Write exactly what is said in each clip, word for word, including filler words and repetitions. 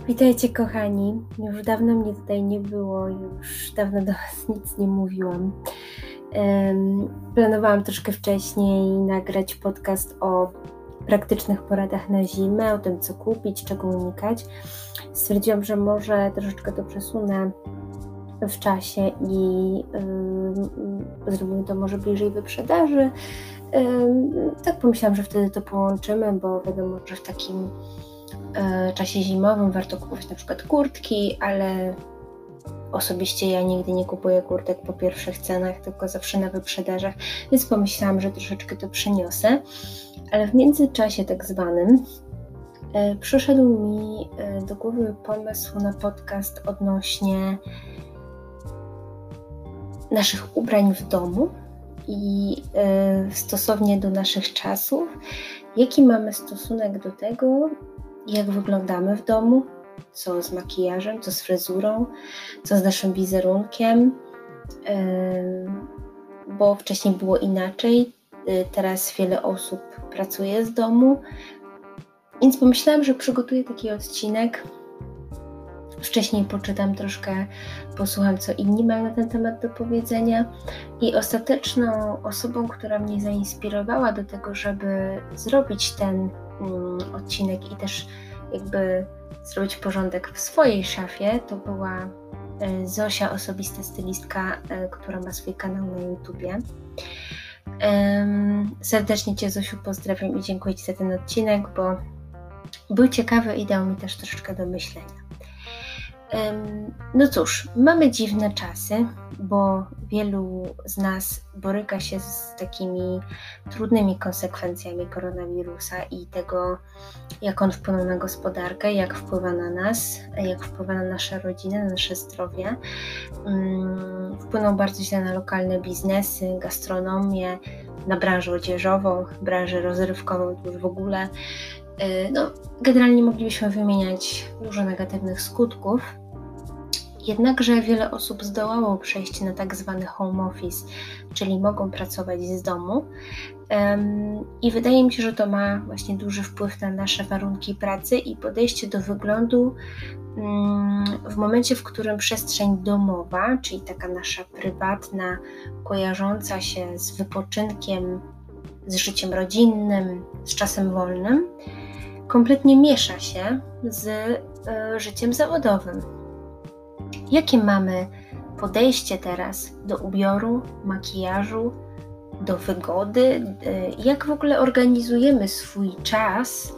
Witajcie kochani, już dawno mnie tutaj nie było, już dawno do Was nic nie mówiłam. Um, planowałam troszkę wcześniej nagrać podcast o praktycznych poradach na zimę, o tym co kupić, czego unikać. Stwierdziłam, że może troszeczkę to przesunę w czasie i um, zrobimy to może bliżej wyprzedaży. Um, tak pomyślałam, że wtedy to połączymy, bo wiadomo, że w takim czasie zimowym warto kupować na przykład kurtki, ale osobiście ja nigdy nie kupuję kurtek po pierwszych cenach, tylko zawsze na wyprzedażach, więc pomyślałam, że troszeczkę to przeniosę, ale w międzyczasie tak zwanym e, przyszedł mi e, do głowy pomysł na podcast odnośnie naszych ubrań w domu i e, stosownie do naszych czasów, jaki mamy stosunek do tego, jak wyglądamy w domu, co z makijażem, co z fryzurą, co z naszym wizerunkiem, bo wcześniej było inaczej, teraz wiele osób pracuje z domu, więc pomyślałam, że przygotuję taki odcinek. Wcześniej poczytam troszkę, posłucham, co inni mają na ten temat do powiedzenia i ostateczną osobą, która mnie zainspirowała do tego, żeby zrobić ten um, odcinek i też jakby zrobić porządek w swojej szafie, to była e, Zosia, osobista stylistka, e, która ma swój kanał na YouTubie. E, serdecznie Cię, Zosiu, pozdrawiam i dziękuję Ci za ten odcinek, bo był ciekawy i dał mi też troszeczkę do myślenia. No cóż, mamy dziwne czasy, bo wielu z nas boryka się z takimi trudnymi konsekwencjami koronawirusa i tego, jak on wpłynął na gospodarkę, jak wpływa na nas, jak wpływa na nasze rodziny, na nasze zdrowie. Wpłynął bardzo źle na lokalne biznesy, gastronomię, na branżę odzieżową, branżę rozrywkową już w ogóle. No, generalnie moglibyśmy wymieniać dużo negatywnych skutków, jednakże wiele osób zdołało przejść na tak zwany home office, czyli mogą pracować z domu um, i wydaje mi się, że to ma właśnie duży wpływ na nasze warunki pracy i podejście do wyglądu um, w momencie, w którym przestrzeń domowa, czyli taka nasza prywatna, kojarząca się z wypoczynkiem, z życiem rodzinnym, z czasem wolnym, kompletnie miesza się z y, życiem zawodowym. Jakie mamy podejście teraz do ubioru, makijażu, do wygody? Y, jak w ogóle organizujemy swój czas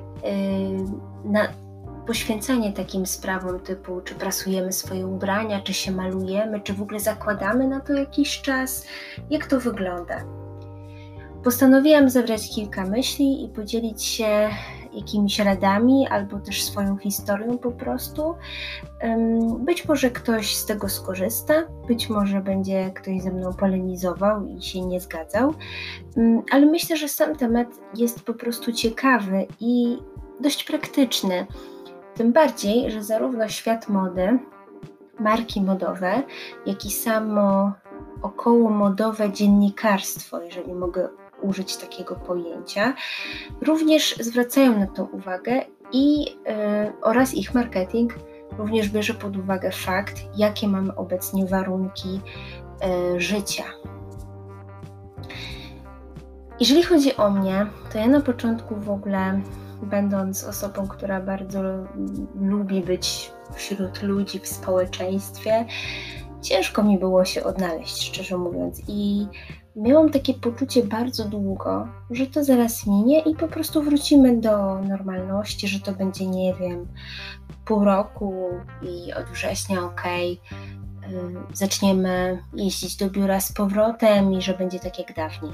y, na poświęcanie takim sprawom typu, czy prasujemy swoje ubrania, czy się malujemy, czy w ogóle zakładamy na to jakiś czas? Jak to wygląda? Postanowiłam zebrać kilka myśli i podzielić się jakimiś radami albo też swoją historią po prostu. Być może ktoś z tego skorzysta, być może będzie ktoś ze mną polemizował i się nie zgadzał, ale myślę, że sam temat jest po prostu ciekawy i dość praktyczny. Tym bardziej, że zarówno świat mody, marki modowe, jak i samo okołomodowe dziennikarstwo, jeżeli mogę użyć takiego pojęcia, również zwracają na to uwagę i yy, oraz ich marketing również bierze pod uwagę fakt, jakie mamy obecnie warunki yy, życia. Jeżeli chodzi o mnie, to ja na początku w ogóle, będąc osobą, która bardzo lubi być wśród ludzi w społeczeństwie, ciężko mi było się odnaleźć, szczerze mówiąc, i miałam takie poczucie bardzo długo, że to zaraz minie i po prostu wrócimy do normalności, że to będzie, nie wiem, pół roku i od września okej, okay, yy, zaczniemy jeździć do biura z powrotem i że będzie tak jak dawniej.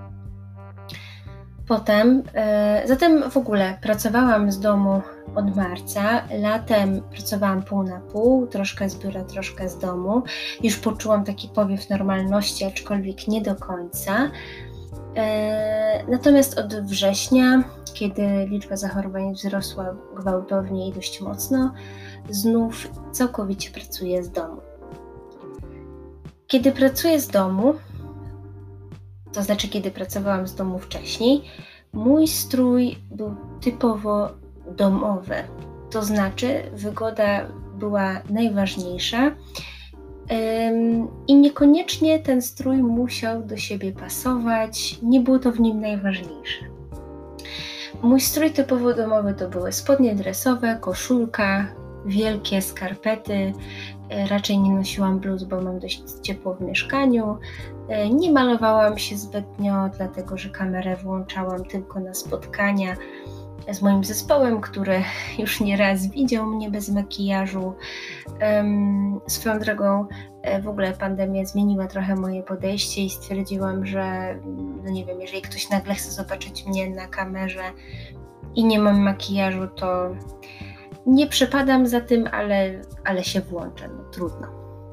Potem, yy, zatem w ogóle pracowałam z domu od marca, latem pracowałam pół na pół, troszkę z biura, troszkę z domu. Już poczułam taki powiew normalności, aczkolwiek nie do końca. Yy, natomiast od września, kiedy liczba zachorowań wzrosła gwałtownie i dość mocno, znów całkowicie pracuję z domu. Kiedy pracuję z domu, to znaczy kiedy pracowałam z domu wcześniej, mój strój był typowo domowy. To znaczy, wygoda była najważniejsza ym, i niekoniecznie ten strój musiał do siebie pasować, nie było to w nim najważniejsze. Mój strój typowo domowy to były spodnie dresowe, koszulka, wielkie skarpety. Raczej nie nosiłam bluz, bo mam dość ciepło w mieszkaniu. Nie malowałam się zbytnio, dlatego że kamerę włączałam tylko na spotkania z moim zespołem, który już nieraz widział mnie bez makijażu. Um, swoją drogą w ogóle pandemia zmieniła trochę moje podejście i stwierdziłam, że no nie wiem, jeżeli ktoś nagle chce zobaczyć mnie na kamerze i nie mam makijażu, to nie przepadam za tym, ale, ale się włączę, no trudno.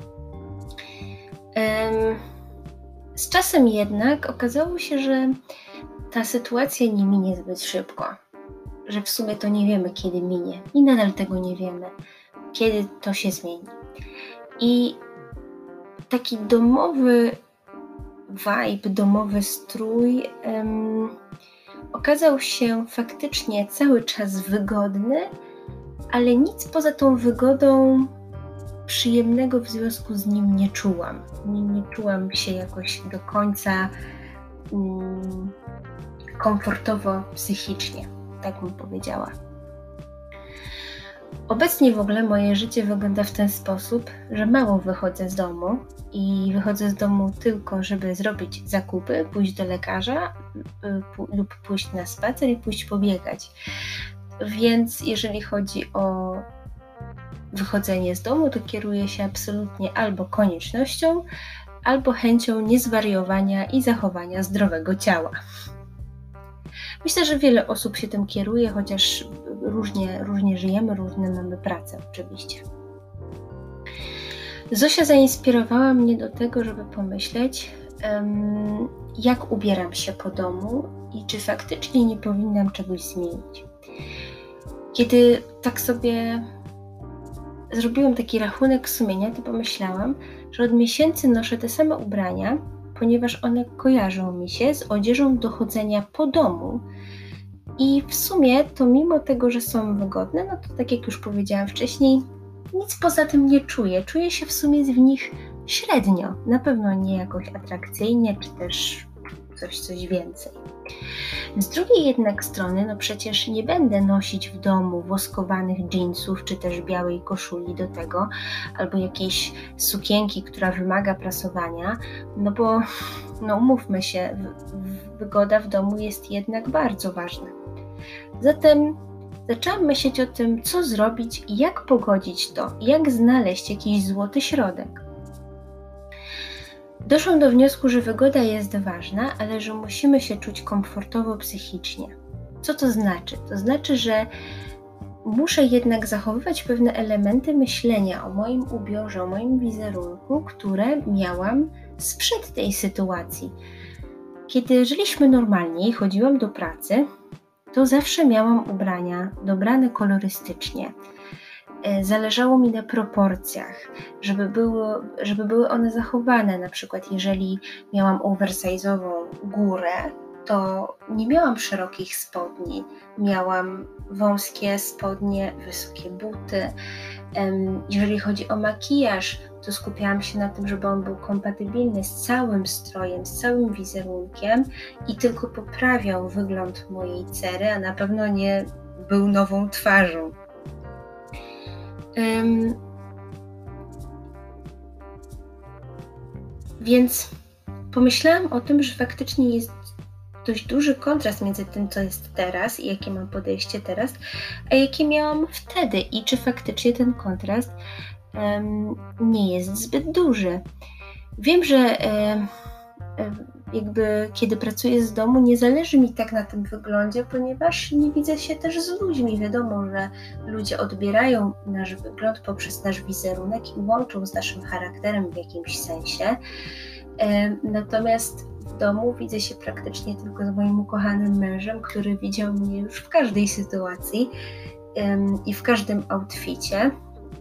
Um, z czasem jednak okazało się, że ta sytuacja nie minie zbyt szybko, że w sumie to nie wiemy, kiedy minie i nadal tego nie wiemy, kiedy to się zmieni. I taki domowy vibe, domowy strój um, okazał się faktycznie cały czas wygodny, ale nic poza tą wygodą przyjemnego w związku z nim nie czułam. Nie, nie czułam się jakoś do końca um, komfortowo psychicznie, tak bym powiedziała. Obecnie w ogóle moje życie wygląda w ten sposób, że mało wychodzę z domu i wychodzę z domu tylko, żeby zrobić zakupy, pójść do lekarza p- lub pójść na spacer i pójść pobiegać. Więc jeżeli chodzi o wychodzenie z domu, to kieruję się absolutnie albo koniecznością, albo chęcią niezwariowania i zachowania zdrowego ciała. Myślę, że wiele osób się tym kieruje, chociaż różnie, różnie żyjemy, różne mamy pracę oczywiście. Zosia zainspirowała mnie do tego, żeby pomyśleć, um, jak ubieram się po domu i czy faktycznie nie powinnam czegoś zmienić. Kiedy tak sobie zrobiłam taki rachunek sumienia, to pomyślałam, że od miesięcy noszę te same ubrania, ponieważ one kojarzą mi się z odzieżą do chodzenia po domu i w sumie to mimo tego, że są wygodne, no to tak jak już powiedziałam wcześniej, nic poza tym nie czuję. Czuję się w sumie w nich średnio, na pewno nie jakoś atrakcyjnie, czy też coś, coś więcej. Z drugiej jednak strony, no przecież nie będę nosić w domu woskowanych dżinsów, czy też białej koszuli do tego, albo jakiejś sukienki, która wymaga prasowania, no bo, no umówmy się, wygoda w domu jest jednak bardzo ważna. Zatem zaczęłam myśleć o tym, co zrobić i jak pogodzić to, jak znaleźć jakiś złoty środek. Doszłam do wniosku, że wygoda jest ważna, ale że musimy się czuć komfortowo psychicznie. Co to znaczy? To znaczy, że muszę jednak zachowywać pewne elementy myślenia o moim ubiorze, o moim wizerunku, które miałam sprzed tej sytuacji. Kiedy żyliśmy normalnie i chodziłam do pracy, to zawsze miałam ubrania dobrane kolorystycznie. Zależało mi na proporcjach, żeby, było, żeby były one zachowane. Na przykład jeżeli miałam oversize'ową górę, to nie miałam szerokich spodni, miałam wąskie spodnie, wysokie buty. Jeżeli chodzi o makijaż, to skupiałam się na tym, żeby on był kompatybilny z całym strojem, z całym wizerunkiem i tylko poprawiał wygląd mojej cery, a na pewno nie był nową twarzą. Um, więc pomyślałam o tym, że faktycznie jest dość duży kontrast między tym, co jest teraz i jakie mam podejście teraz, a jakie miałam wtedy i czy faktycznie ten kontrast um, nie jest zbyt duży. Wiem, że um, jakby kiedy pracuję z domu, nie zależy mi tak na tym wyglądzie, ponieważ nie widzę się też z ludźmi. Wiadomo, że ludzie odbierają nasz wygląd poprzez nasz wizerunek i łączą z naszym charakterem w jakimś sensie. Natomiast w domu widzę się praktycznie tylko z moim ukochanym mężem, który widział mnie już w każdej sytuacji i w każdym outficie.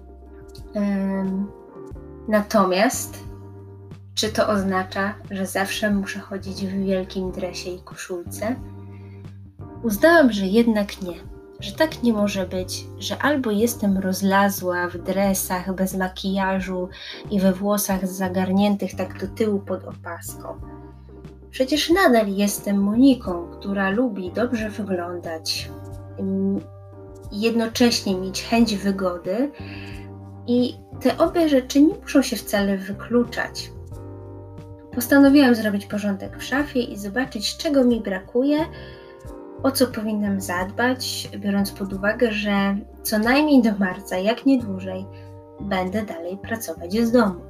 Natomiast czy to oznacza, że zawsze muszę chodzić w wielkim dresie i koszulce? Uznałam, że jednak nie, że tak nie może być, że albo jestem rozlazła w dresach, bez makijażu i we włosach zagarniętych tak do tyłu pod opaską. Przecież nadal jestem Moniką, która lubi dobrze wyglądać i jednocześnie mieć chęć wygody, i te obie rzeczy nie muszą się wcale wykluczać. Postanowiłam zrobić porządek w szafie i zobaczyć, czego mi brakuje, o co powinnam zadbać, biorąc pod uwagę, że co najmniej do marca, jak nie dłużej, będę dalej pracować z domu.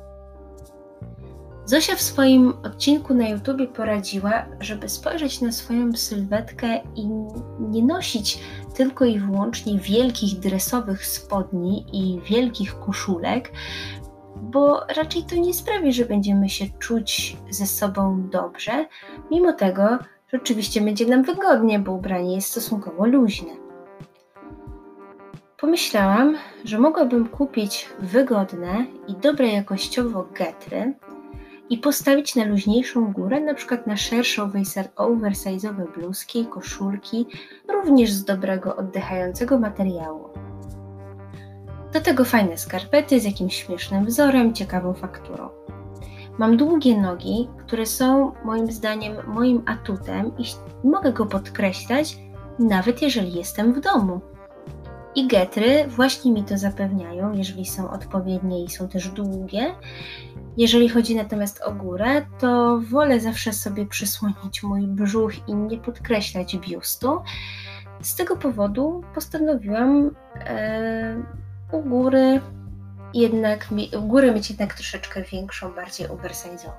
Zosia w swoim odcinku na YouTubie poradziła, żeby spojrzeć na swoją sylwetkę i nie nosić tylko i wyłącznie wielkich dresowych spodni i wielkich koszulek, bo raczej to nie sprawi, że będziemy się czuć ze sobą dobrze, mimo tego, że oczywiście będzie nam wygodnie, bo ubranie jest stosunkowo luźne. Pomyślałam, że mogłabym kupić wygodne i dobre jakościowo getry i postawić na luźniejszą górę, na przykład na szersze oversize'owe bluzki, koszulki, również z dobrego, oddychającego materiału. Do tego fajne skarpety z jakimś śmiesznym wzorem, ciekawą fakturą. Mam długie nogi, które są moim zdaniem moim atutem i mogę go podkreślać, nawet jeżeli jestem w domu. I getry właśnie mi to zapewniają, jeżeli są odpowiednie i są też długie. Jeżeli chodzi natomiast o górę, to wolę zawsze sobie przysłonić mój brzuch i nie podkreślać biustu. Z tego powodu postanowiłam e, u góry jednak u góry mieć jednak troszeczkę większą, bardziej oversize'ową.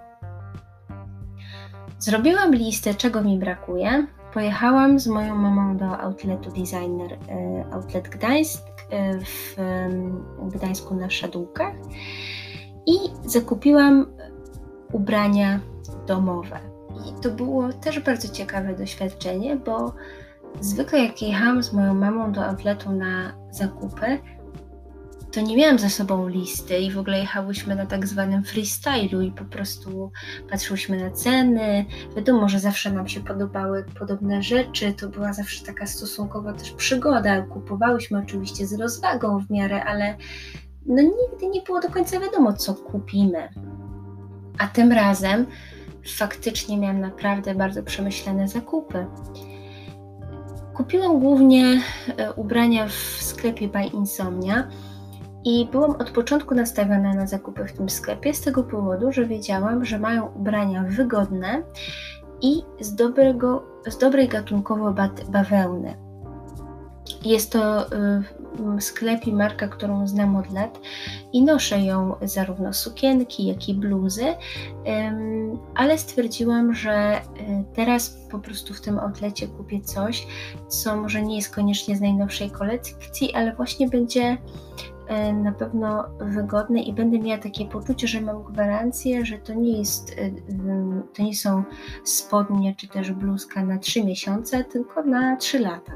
Zrobiłam listę, czego mi brakuje. Pojechałam z moją mamą do outletu Designer Outlet Gdańsk w Gdańsku na Szadółkach i zakupiłam ubrania domowe. I to było też bardzo ciekawe doświadczenie, bo zwykle jak jechałam z moją mamą do outletu na zakupy, to nie miałam za sobą listy i w ogóle jechałyśmy na tak zwanym freestylu i po prostu patrzyłyśmy na ceny. Wiadomo, że zawsze nam się podobały podobne rzeczy, to była zawsze taka stosunkowa też przygoda. Kupowałyśmy oczywiście z rozwagą w miarę, ale no nigdy nie było do końca wiadomo, co kupimy. A tym razem faktycznie miałam naprawdę bardzo przemyślane zakupy. Kupiłam głównie ubrania w sklepie By Insomnia i byłam od początku nastawiona na zakupy w tym sklepie z tego powodu, że wiedziałam, że mają ubrania wygodne i z, dobrego, z dobrej gatunkowo bawełny. Jest to y, sklep i marka, którą znam od lat i noszę ją zarówno sukienki, jak i bluzy, y, ale stwierdziłam, że y, teraz po prostu w tym outlecie kupię coś, co może nie jest koniecznie z najnowszej kolekcji, ale właśnie będzie y, na pewno wygodne i będę miała takie poczucie, że mam gwarancję, że to nie jest, y, y, to nie są spodnie czy też bluzka na trzy miesiące, tylko na trzy lata.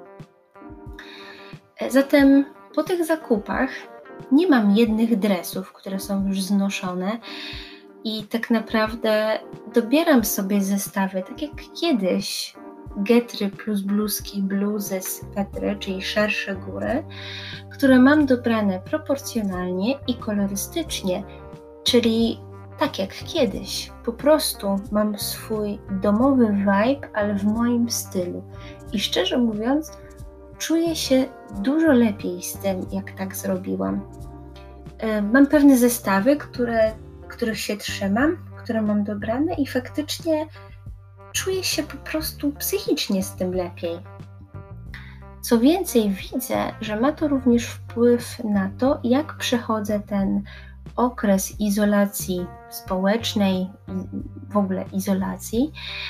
Zatem po tych zakupach nie mam jednych dresów, które są już znoszone i tak naprawdę dobieram sobie zestawy, tak jak kiedyś, getry plus bluzki, bluzy, swetry, czyli szersze góry, które mam dobrane proporcjonalnie i kolorystycznie, czyli tak jak kiedyś. Po prostu mam swój domowy vibe, ale w moim stylu. I szczerze mówiąc, czuję się dużo lepiej z tym, jak tak zrobiłam. Mam pewne zestawy, które, których się trzymam, które mam dobrane i faktycznie czuję się po prostu psychicznie z tym lepiej. Co więcej, widzę, że ma to również wpływ na to, jak przechodzę ten okres izolacji społecznej, w ogóle izolacji.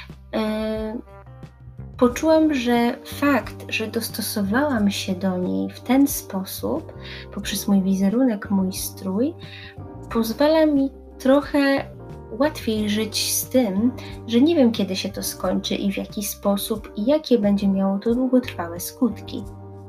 Poczułam, że fakt, że dostosowałam się do niej w ten sposób, poprzez mój wizerunek, mój strój, pozwala mi trochę łatwiej żyć z tym, że nie wiem, kiedy się to skończy i w jaki sposób i jakie będzie miało to długotrwałe skutki.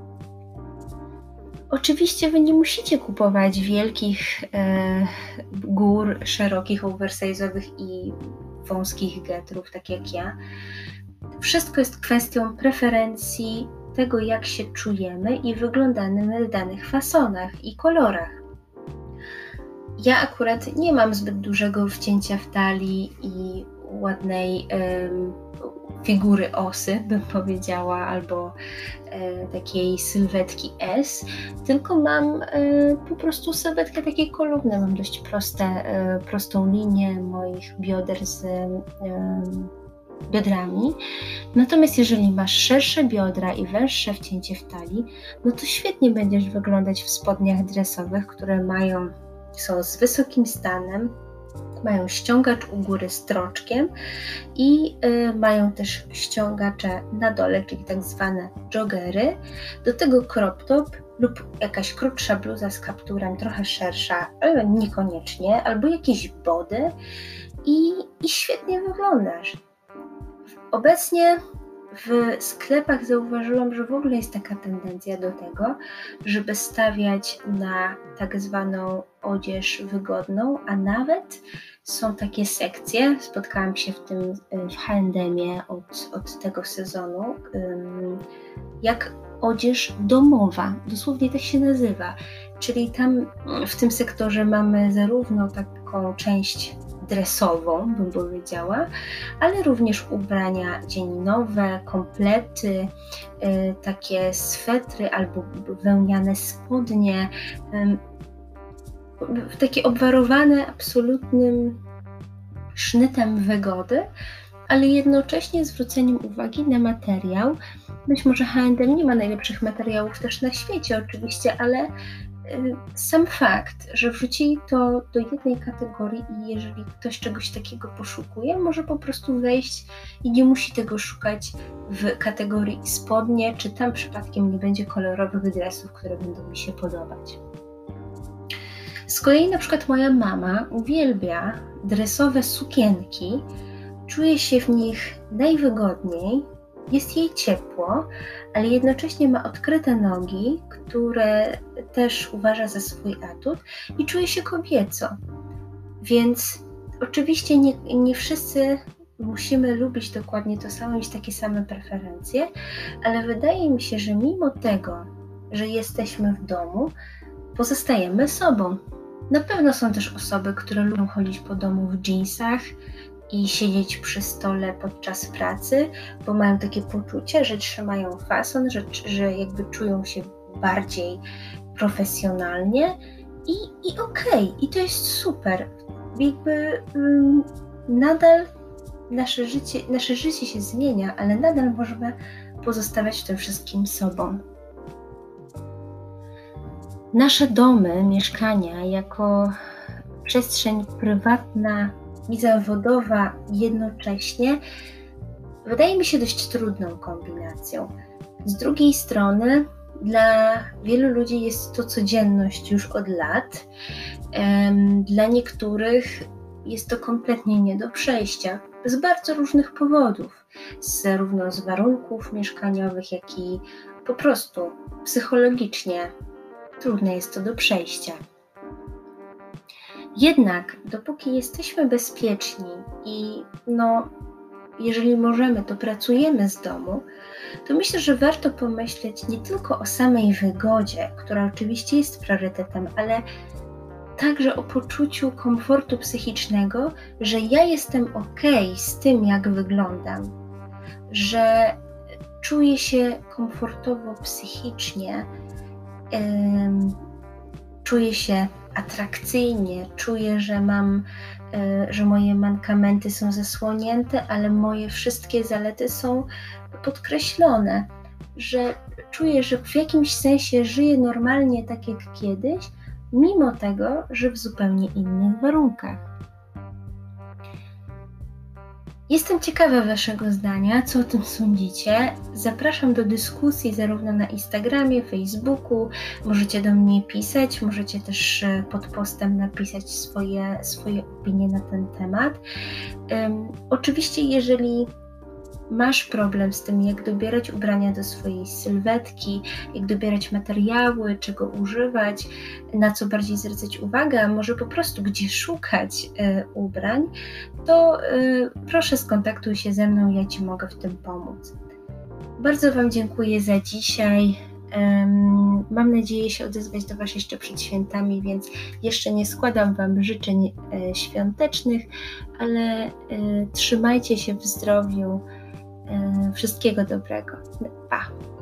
Oczywiście Wy nie musicie kupować wielkich e, gór, szerokich, oversize'owych i wąskich getrów, tak jak ja. Wszystko jest kwestią preferencji tego, jak się czujemy i wyglądamy w danych fasonach i kolorach. Ja akurat nie mam zbyt dużego wcięcia w talii i ładnej ym, figury osy, bym powiedziała, albo y, takiej sylwetki S, tylko mam y, po prostu sylwetkę takiej kolumny. Mam dość proste, y, prostą linię moich bioder z y, biodrami. Natomiast jeżeli masz szersze biodra i węższe wcięcie w talii, no to świetnie będziesz wyglądać w spodniach dresowych, które mają, są z wysokim stanem, mają ściągacz u góry z troczkiem i y, mają też ściągacze na dole, czyli tak zwane joggery. Do tego crop top lub jakaś krótsza bluza z kapturem, trochę szersza, ale niekoniecznie, albo jakieś body i, i świetnie wyglądasz. Obecnie w sklepach zauważyłam, że w ogóle jest taka tendencja do tego, żeby stawiać na tak zwaną odzież wygodną, a nawet są takie sekcje, spotkałam się w tym w H and M-ie od, od tego sezonu, jak odzież domowa, dosłownie tak się nazywa, czyli tam w tym sektorze mamy zarówno taką część dresową, bym powiedziała, ale również ubrania dzieninowe, komplety, y, takie swetry albo wełniane spodnie, y, takie obwarowane absolutnym sznytem wygody, ale jednocześnie zwróceniem uwagi na materiał. Być może H and M nie ma najlepszych materiałów też na świecie oczywiście, ale sam fakt, że wrzucili to do jednej kategorii i jeżeli ktoś czegoś takiego poszukuje, może po prostu wejść i nie musi tego szukać w kategorii spodnie, czy tam przypadkiem nie będzie kolorowych dresów, które będą mi się podobać. Z kolei na przykład moja mama uwielbia dresowe sukienki, czuje się w nich najwygodniej, jest jej ciepło, ale jednocześnie ma odkryte nogi, które też uważa za swój atut i czuje się kobieco. Więc oczywiście nie, nie wszyscy musimy lubić dokładnie to samo, mieć takie same preferencje, ale wydaje mi się, że mimo tego, że jesteśmy w domu, pozostajemy sobą. Na pewno są też osoby, które lubią chodzić po domu w dżinsach i siedzieć przy stole podczas pracy, bo mają takie poczucie, że trzymają fason, że, że jakby czują się bardziej profesjonalnie i, i okej, okay, i to jest super. Jakby um, nadal nasze życie, nasze życie się zmienia, ale nadal możemy pozostawać w tym wszystkim sobą. Nasze domy, mieszkania jako przestrzeń prywatna i zawodowa jednocześnie wydaje mi się dość trudną kombinacją. Z drugiej strony dla wielu ludzi jest to codzienność już od lat. Dla niektórych jest to kompletnie nie do przejścia z bardzo różnych powodów, zarówno z warunków mieszkaniowych, jak i po prostu psychologicznie trudne jest to do przejścia. Jednak dopóki jesteśmy bezpieczni i no, jeżeli możemy, to pracujemy z domu, to myślę, że warto pomyśleć nie tylko o samej wygodzie, która oczywiście jest priorytetem, ale także o poczuciu komfortu psychicznego, że ja jestem okej z tym, jak wyglądam, że czuję się komfortowo psychicznie, ym, czuję się atrakcyjnie, czuję, że mam, y, że moje mankamenty są zasłonięte, ale moje wszystkie zalety są podkreślone, że czuję, że w jakimś sensie żyję normalnie tak jak kiedyś, mimo tego, że w zupełnie innych warunkach. Jestem ciekawa Waszego zdania, co o tym sądzicie. Zapraszam do dyskusji zarówno na Instagramie, Facebooku, możecie do mnie pisać, możecie też pod postem napisać swoje, swoje opinie na ten temat. Um, oczywiście, jeżeli masz problem z tym, jak dobierać ubrania do swojej sylwetki, jak dobierać materiały, czego używać, na co bardziej zwracać uwagę, a może po prostu gdzie szukać y, ubrań, to y, proszę skontaktuj się ze mną, ja Ci mogę w tym pomóc. bardzo Wam dziękuję za dzisiaj. Um, mam nadzieję się odezwać do Was jeszcze przed świętami, więc jeszcze nie składam Wam życzeń e, świątecznych, ale e, trzymajcie się w zdrowiu. E, wszystkiego dobrego. Pa!